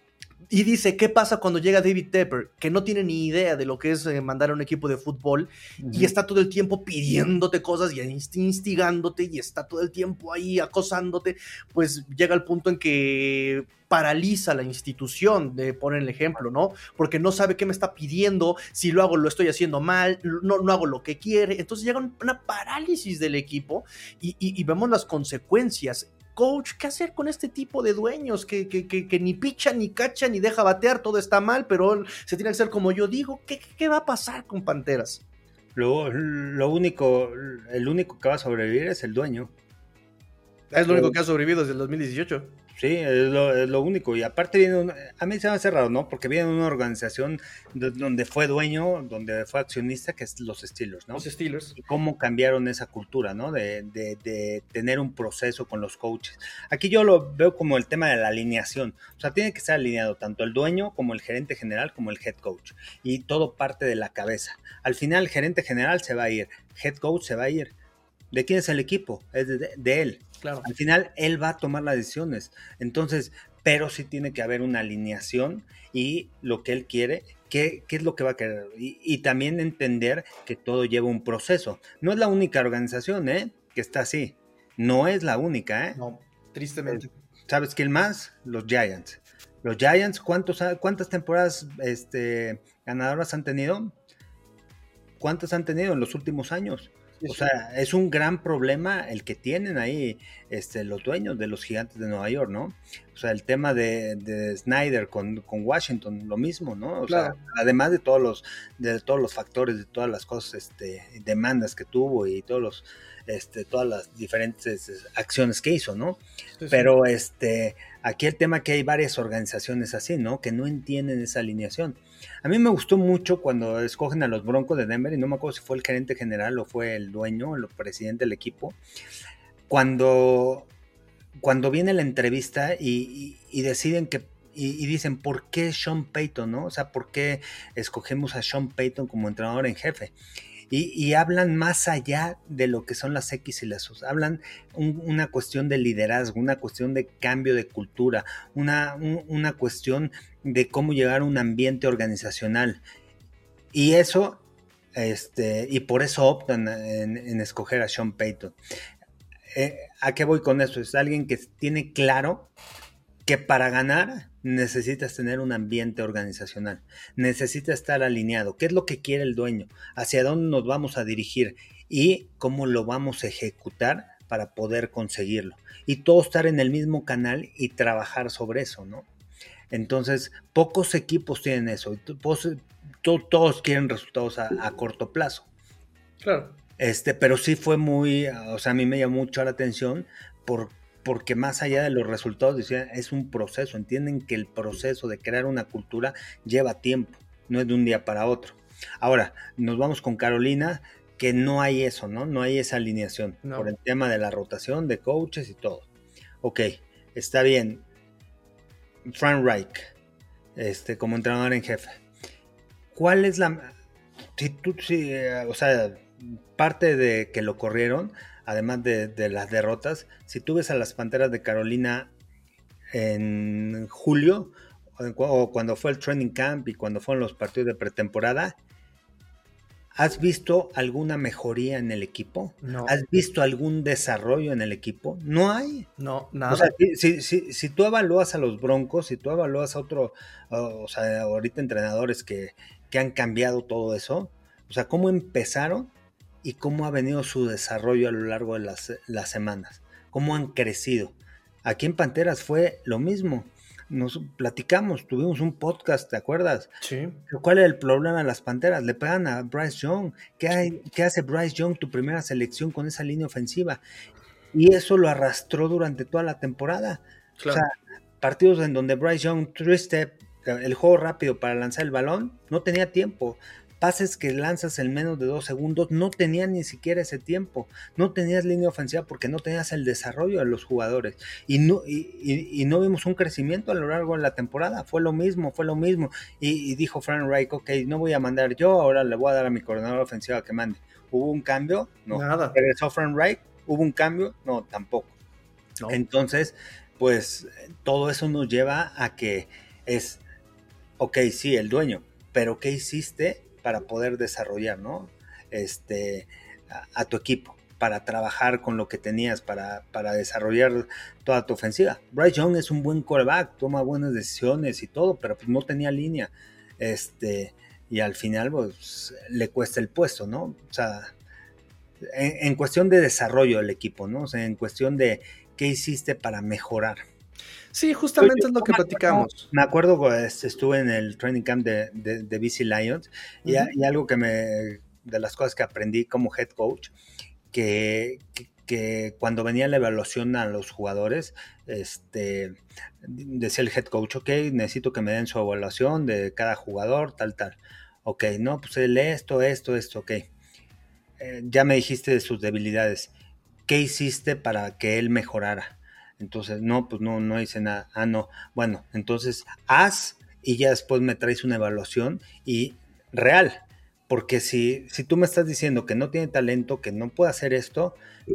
Y dice, ¿qué pasa cuando llega David Tepper? Que no tiene ni idea de lo que es eh, mandar a un equipo de fútbol uh-huh. y está todo el tiempo pidiéndote cosas y instigándote y está todo el tiempo ahí acosándote, pues llega el punto en que paraliza la institución, de poner el ejemplo, ¿no? Porque no sabe qué me está pidiendo, si lo hago lo estoy haciendo mal, no, no hago lo que quiere, entonces llega una parálisis del equipo y, y, y vemos las consecuencias. Coach, ¿qué hacer con este tipo de dueños que, que, que, que ni picha, ni cacha, ni deja batear? Todo está mal, pero se tiene que hacer como yo digo. ¿Qué, qué va a pasar con Panteras?
Lo, lo único, el único que va a sobrevivir es el dueño.
Es lo único que ha sobrevivido desde el dos mil dieciocho.
Sí, es lo, es lo único. Y aparte viene, un, a mí se me hace raro, ¿no? Porque viene una organización de, donde fue dueño, donde fue accionista, que es los Steelers, ¿no?
Los Steelers.
Y cómo cambiaron esa cultura, ¿no? De, de, de tener un proceso con los coaches. Aquí yo lo veo como el tema de la alineación. O sea, tiene que estar alineado tanto el dueño como el gerente general como el head coach. Y todo parte de la cabeza. Al final el gerente general se va a ir, head coach se va a ir. ¿De quién es el equipo? Es de, de él.
Claro.
Al final él va a tomar las decisiones. Entonces, pero sí tiene que haber una alineación y lo que él quiere, qué, qué es lo que va a querer. Y, y también entender que todo lleva un proceso. No es la única organización, ¿eh? Que está así. No es la única, ¿eh?
No, tristemente.
¿Sabes quién más? Los Giants. Los Giants, ¿cuántos, ¿cuántas temporadas este, ganadoras han tenido? ¿Cuántas han tenido en los últimos años? O sea, es un gran problema el que tienen ahí este, los dueños de los Gigantes de Nueva York, ¿no? O sea, el tema de, de Snyder con, con Washington, lo mismo, ¿no? O
claro.
sea, además de todos los, de todos los factores, de todas las cosas, este, demandas que tuvo y todos los, este, todas las diferentes acciones que hizo, ¿no? Sí, Pero sí. este, aquí el tema que hay varias organizaciones así, ¿no? Que no entienden esa alineación. A mí me gustó mucho cuando escogen a los Broncos de Denver, y no me acuerdo si fue el gerente general o fue el dueño, el presidente del equipo, cuando, cuando viene la entrevista y, y, y deciden que, y, y dicen, ¿por qué Sean Payton, no? O sea, ¿por qué escogemos a Sean Payton como entrenador en jefe? Y, y hablan más allá de lo que son las X y las O. Hablan un, una cuestión de liderazgo, una cuestión de cambio de cultura, una, un, una cuestión de cómo llegar a un ambiente organizacional. Y eso Este, y por eso optan en, en escoger a Sean Payton. Eh, ¿A qué voy con eso? Es alguien que tiene claro que para ganar necesitas tener un ambiente organizacional, necesitas estar alineado. ¿Qué es lo que quiere el dueño? ¿Hacia dónde nos vamos a dirigir? Y cómo lo vamos a ejecutar para poder conseguirlo. Y todo estar en el mismo canal y trabajar sobre eso, ¿no? Entonces, pocos equipos tienen eso. Todos, todos quieren resultados a, a corto plazo.
Claro.
Este, pero sí fue muy, o sea, a mí me llamó mucho la atención por, porque más allá de los resultados, decían, es un proceso. Entienden que el proceso de crear una cultura lleva tiempo, no es de un día para otro. Ahora, nos vamos con Carolina, que no hay eso, ¿no? No hay esa alineación
No.
por el tema de la rotación de coaches y todo. Ok, está bien. Frank Reich, este, como entrenador en jefe. ¿Cuál es la... Si tú, si, eh, o sea, parte de que lo corrieron, además de, de las derrotas, si tú ves a las Panteras de Carolina en julio, o cuando fue el training camp y cuando fueron los partidos de pretemporada, ¿has visto alguna mejoría en el equipo?
No.
¿Has visto algún desarrollo en el equipo? No hay.
No, nada.
O sea, si, si, si tú evalúas a los Broncos, si tú evalúas a otro, uh, o sea, ahorita entrenadores que, que han cambiado todo eso, o sea, cómo empezaron y cómo ha venido su desarrollo a lo largo de las, las semanas, cómo han crecido. Aquí en Panteras fue lo mismo. Nos platicamos, tuvimos un podcast, ¿te acuerdas?
Sí.
¿Cuál es el problema de las Panteras? Le pegan a Bryce Young. ¿Qué, hay, ¿Qué hace Bryce Young, tu primera selección con esa línea ofensiva? Y eso lo arrastró durante toda la temporada. Claro. O sea, partidos en donde Bryce Young, three-step, el juego rápido para lanzar el balón, no tenía tiempo. Pases que lanzas en menos de dos segundos, no tenías ni siquiera ese tiempo. No tenías línea ofensiva porque no tenías el desarrollo de los jugadores. Y no, y, y, y no vimos un crecimiento a lo largo de la temporada. Fue lo mismo, fue lo mismo. Y, y dijo Frank Reich, ok, no voy a mandar yo, ahora le voy a dar a mi coordinador ofensiva que mande. ¿Hubo un cambio? No.
Nada.
Regresó Frank Reich. ¿Hubo un cambio? No, tampoco. No. Entonces, pues todo eso nos lleva a que es, ok, sí, el dueño, pero ¿qué hiciste para poder desarrollar, ¿no? Este, a, a tu equipo, para trabajar con lo que tenías, para, para desarrollar toda tu ofensiva? Bryce Young es un buen quarterback, toma buenas decisiones y todo, pero pues no tenía línea. Este, y al final, pues, le cuesta el puesto, ¿no? O sea, En, en cuestión de desarrollo del equipo, ¿no? O sea, en cuestión de qué hiciste para mejorar.
Sí, justamente Oye, es lo que
me
platicamos.
Acuerdo, me acuerdo, estuve en el training camp de, de, de B C Lions y, uh-huh. y algo que me, de las cosas que aprendí como head coach, que, que, que cuando venía la evaluación a los jugadores, este, decía el head coach, ok, necesito que me den su evaluación de cada jugador, tal, tal. Ok, no, pues lee esto, esto, esto, ok. Eh, ya me dijiste de sus debilidades. ¿Qué hiciste para que él mejorara? Entonces, no, pues no, no hice nada. Ah, no. Bueno, entonces haz y ya después me traes una evaluación y real. Porque si, si tú me estás diciendo que no tiene talento, que no puede hacer esto,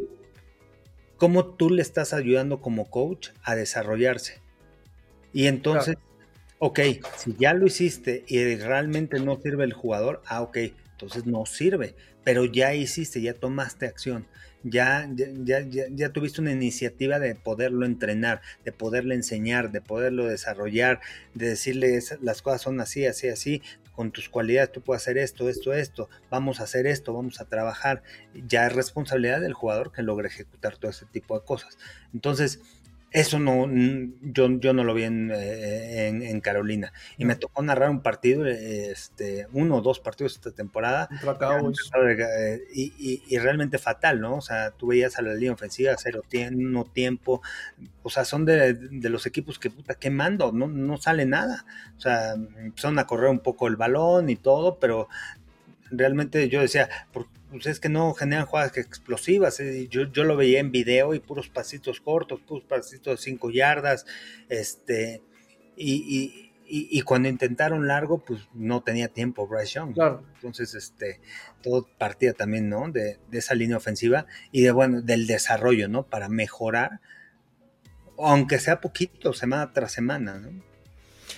¿cómo tú le estás ayudando como coach a desarrollarse? Y entonces, claro. ok, si ya lo hiciste y realmente no sirve el jugador, ah, ok, entonces no sirve, pero ya hiciste, ya tomaste acción, ya, ya, ya, ya tuviste una iniciativa de poderlo entrenar, de poderle enseñar, de poderlo desarrollar, de decirle las cosas son así, así, así, con tus cualidades tú puedes hacer esto, esto, esto, vamos a hacer esto, vamos a trabajar, ya es responsabilidad del jugador que logre ejecutar todo ese tipo de cosas. Entonces, eso no, yo, yo no lo vi en, en, en Carolina. Y no. me tocó narrar un partido, este, uno o dos partidos esta temporada. Y, y, y realmente fatal, ¿no? O sea, tú veías a la línea ofensiva, cero tiempo, tiempo. O sea, son de, de los equipos que, puta, ¿qué mando? No, no sale nada. O sea, empezaron a correr un poco el balón y todo, pero realmente yo decía, por, pues es que no generan jugadas explosivas. ¿eh? Yo, yo lo veía en video y puros pasitos cortos, puros pasitos de cinco yardas, este, y, y, y, y cuando intentaron largo, pues no tenía tiempo Bryce Young.
Claro.
Entonces, este, todo partía también, ¿no? De, de esa línea ofensiva y de, bueno, del desarrollo, ¿no? Para mejorar, aunque sea poquito, semana tras semana, ¿no?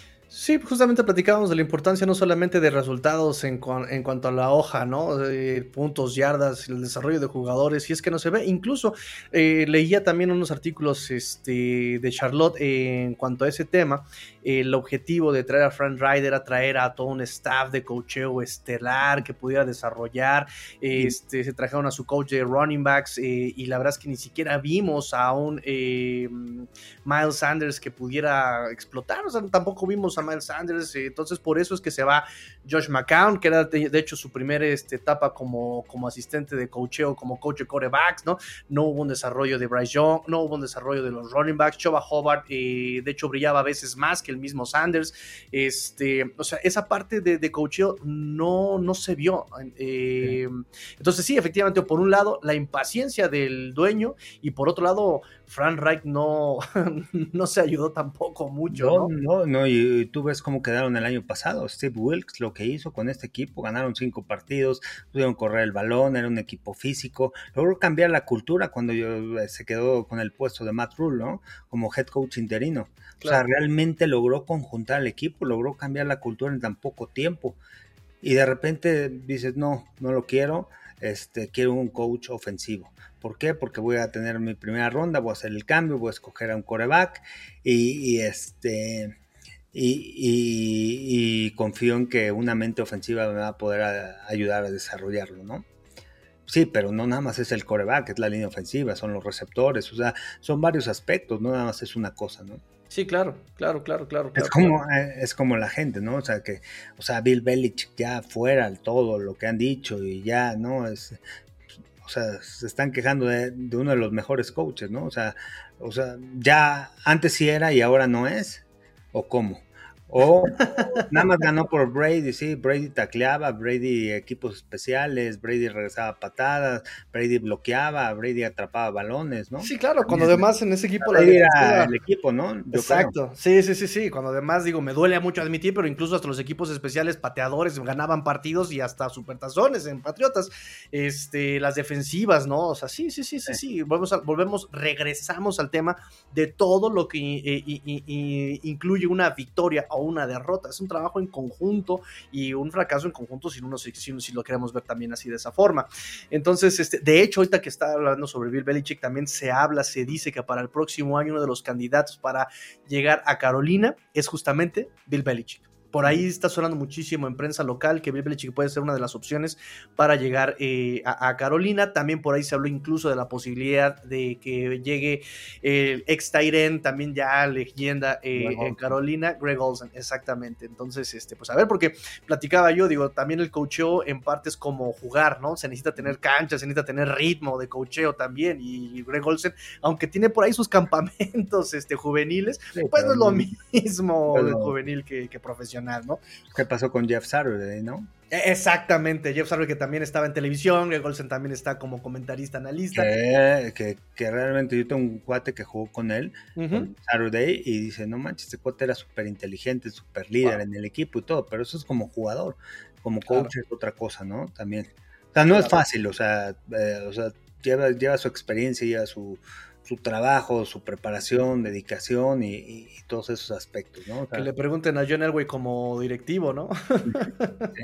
Sí, justamente platicábamos de la importancia no solamente de resultados en, cu- en cuanto a la hoja, ¿no? De puntos, yardas, el desarrollo de jugadores, y es que no se ve. Incluso eh, leía también unos artículos este, de Charlotte eh, en cuanto a ese tema. Eh, el objetivo de traer a Frank Ryder era traer a todo un staff de coacheo estelar que pudiera desarrollar.
Y
Este, se trajeron a su coach de running backs eh, y la verdad es que ni siquiera vimos a un eh, Miles Sanders que pudiera explotar, o sea, tampoco vimos a Miles Sanders, eh, entonces por eso es que se va Josh McCown, que era de, de hecho su primera este, etapa como, como asistente de coacheo, como coach de quarterbacks, ¿no? No hubo un desarrollo de Bryce Young, no hubo un desarrollo de los running backs, Chuba Hubbard, eh, de hecho brillaba a veces más que el mismo Sanders, este, o sea, esa parte de, de coacheo no, no se vio, eh, entonces sí, efectivamente, por un lado, la impaciencia del dueño, y por otro lado, Frank Reich no, no se ayudó tampoco mucho,
no,
¿no?
no, no, y, y tú ves cómo quedaron el año pasado. Steve Wilkes lo que hizo con este equipo, ganaron cinco partidos, pudieron correr el balón, era un equipo físico, logró cambiar la cultura cuando yo, eh, se quedó con el puesto de Matt Rule, ¿no? Como head coach interino. O sea,
Claro.
realmente logró conjuntar al equipo, logró cambiar la cultura en tan poco tiempo. Y de repente dices, no, no lo quiero, este, quiero un coach ofensivo. ¿Por qué? Porque voy a tener mi primera ronda, voy a hacer el cambio, voy a escoger a un quarterback y, y este y, y, y confío en que una mente ofensiva me va a poder a, ayudar a desarrollarlo, ¿no? Sí, pero no nada más es el quarterback, es la línea ofensiva, son los receptores, o sea, son varios aspectos, no nada más es una cosa, ¿no?
Sí, claro, claro, claro, claro,
Es
claro, claro.
como, eh, es como la gente, ¿no? O sea, que, o sea, Bill Belichick ya fuera todo lo que han dicho y ya, ¿no? Es, o sea, se están quejando de, de uno de los mejores coaches, ¿no? O sea, o sea, ya antes sí era y ahora no es, ¿o cómo? O nada más ganó por Brady, sí, Brady tacleaba, Brady equipos especiales, Brady regresaba patadas, Brady bloqueaba, Brady atrapaba balones, ¿no?
Sí, claro, cuando
También,
además en ese equipo la
Brady era
defensiva.
el equipo, ¿no? Yo creo.
Exacto, sí, sí, sí, sí, cuando además digo, me duele mucho admitir, pero incluso hasta los equipos especiales pateadores ganaban partidos y hasta supertazones en Patriotas, este, las defensivas, ¿no? O sea, sí, sí, sí, sí,
Sí.
sí, volvemos, a, volvemos regresamos al tema de todo lo que eh, y, y, y incluye una victoria o una derrota, es un trabajo en conjunto y un fracaso en conjunto si, uno, si, si lo queremos ver también así de esa forma. Entonces, este, de hecho, ahorita que está hablando sobre Bill Belichick, también se habla, se dice que para el próximo año uno de los candidatos para llegar a Carolina es justamente Bill Belichick. Por ahí está sonando muchísimo en prensa local que Bill Belichick puede ser una de las opciones para llegar eh, a, a Carolina. También por ahí se habló incluso de la posibilidad de que llegue el ex tight end, también ya leyenda eh, en Carolina, Greg Olsen, exactamente. Entonces, este, pues a ver, porque platicaba yo, digo, también el coacheo en parte es como jugar, ¿no? Se necesita tener cancha, se necesita tener ritmo de coacheo también. Y Greg Olsen, aunque tiene por ahí sus campamentos este, juveniles,
Sí,
pues no
pero
es lo
no,
mismo de
pero,
juvenil que, que profesional, ¿no?
¿qué pasó con Jeff Saturday, no?
Exactamente, Jeff Sarver que también estaba en televisión, Greg Olsen también está como comentarista, analista.
Que, que, que realmente yo tengo un cuate que jugó con él,
Uh-huh.
con Saturday, y dice, no manches, este cuate era súper inteligente, súper líder
Wow,
en el equipo y todo, pero eso es como jugador, como
claro,
coach es otra cosa, ¿no? También. O sea, no es
claro.
fácil, o sea, eh, o sea lleva, lleva su experiencia, lleva su, su trabajo, su preparación, dedicación y, y, y todos esos aspectos, ¿no? O
Que
sea,
le pregunten a John Elway como directivo, ¿no?
sí.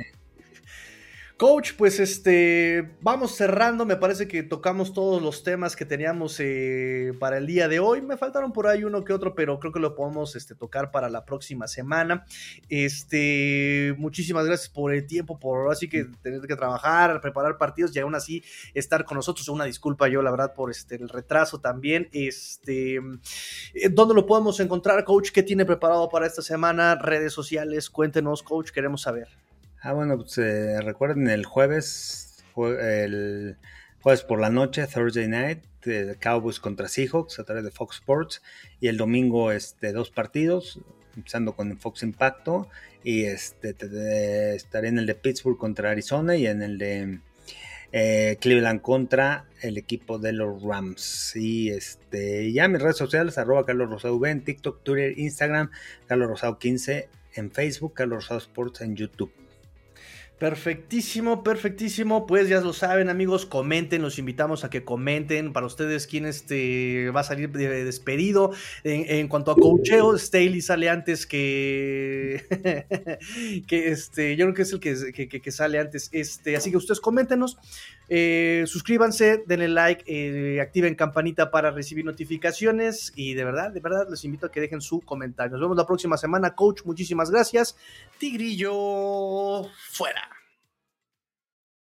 Coach, pues este, vamos cerrando, me parece que tocamos todos los temas que teníamos eh, para el día de hoy, me faltaron por ahí uno que otro, pero creo que lo podemos este, tocar para la próxima semana. Este, muchísimas gracias por el tiempo, por así que tener que trabajar, preparar partidos y aún así estar con nosotros. Una disculpa yo, la verdad, por este, el retraso también. Este, ¿dónde lo podemos encontrar, Coach? ¿Qué tiene preparado para esta semana? Redes sociales, cuéntenos, Coach, queremos saber.
Ah, bueno, pues eh, recuerden el jueves, jue- el jueves por la noche, Thursday Night, eh, Cowboys contra Seahawks a través de Fox Sports, y el domingo este, dos partidos, empezando con Fox Impacto, y este te- te- estaré en el de Pittsburgh contra Arizona y en el de eh, Cleveland contra el equipo de los Rams. Y este ya mis redes sociales, arroba Carlos Rosado V en TikTok, Twitter, Instagram, Carlos Rosado quince en Facebook, Carlos Rosado Sports en YouTube.
Perfectísimo, perfectísimo. Pues ya lo saben, amigos, comenten, los invitamos a que comenten. Para ustedes, quién este va a salir de despedido. En, en cuanto a coacheo, Staley sale antes que. que este. Yo creo que es el que, que, que sale antes. Este, así que ustedes coméntenos. Eh, suscríbanse, denle like, eh, activen campanita para recibir notificaciones. Y de verdad, de verdad, les invito a que dejen su comentario. Nos vemos la próxima semana, coach. Muchísimas gracias. Tigrillo fuera.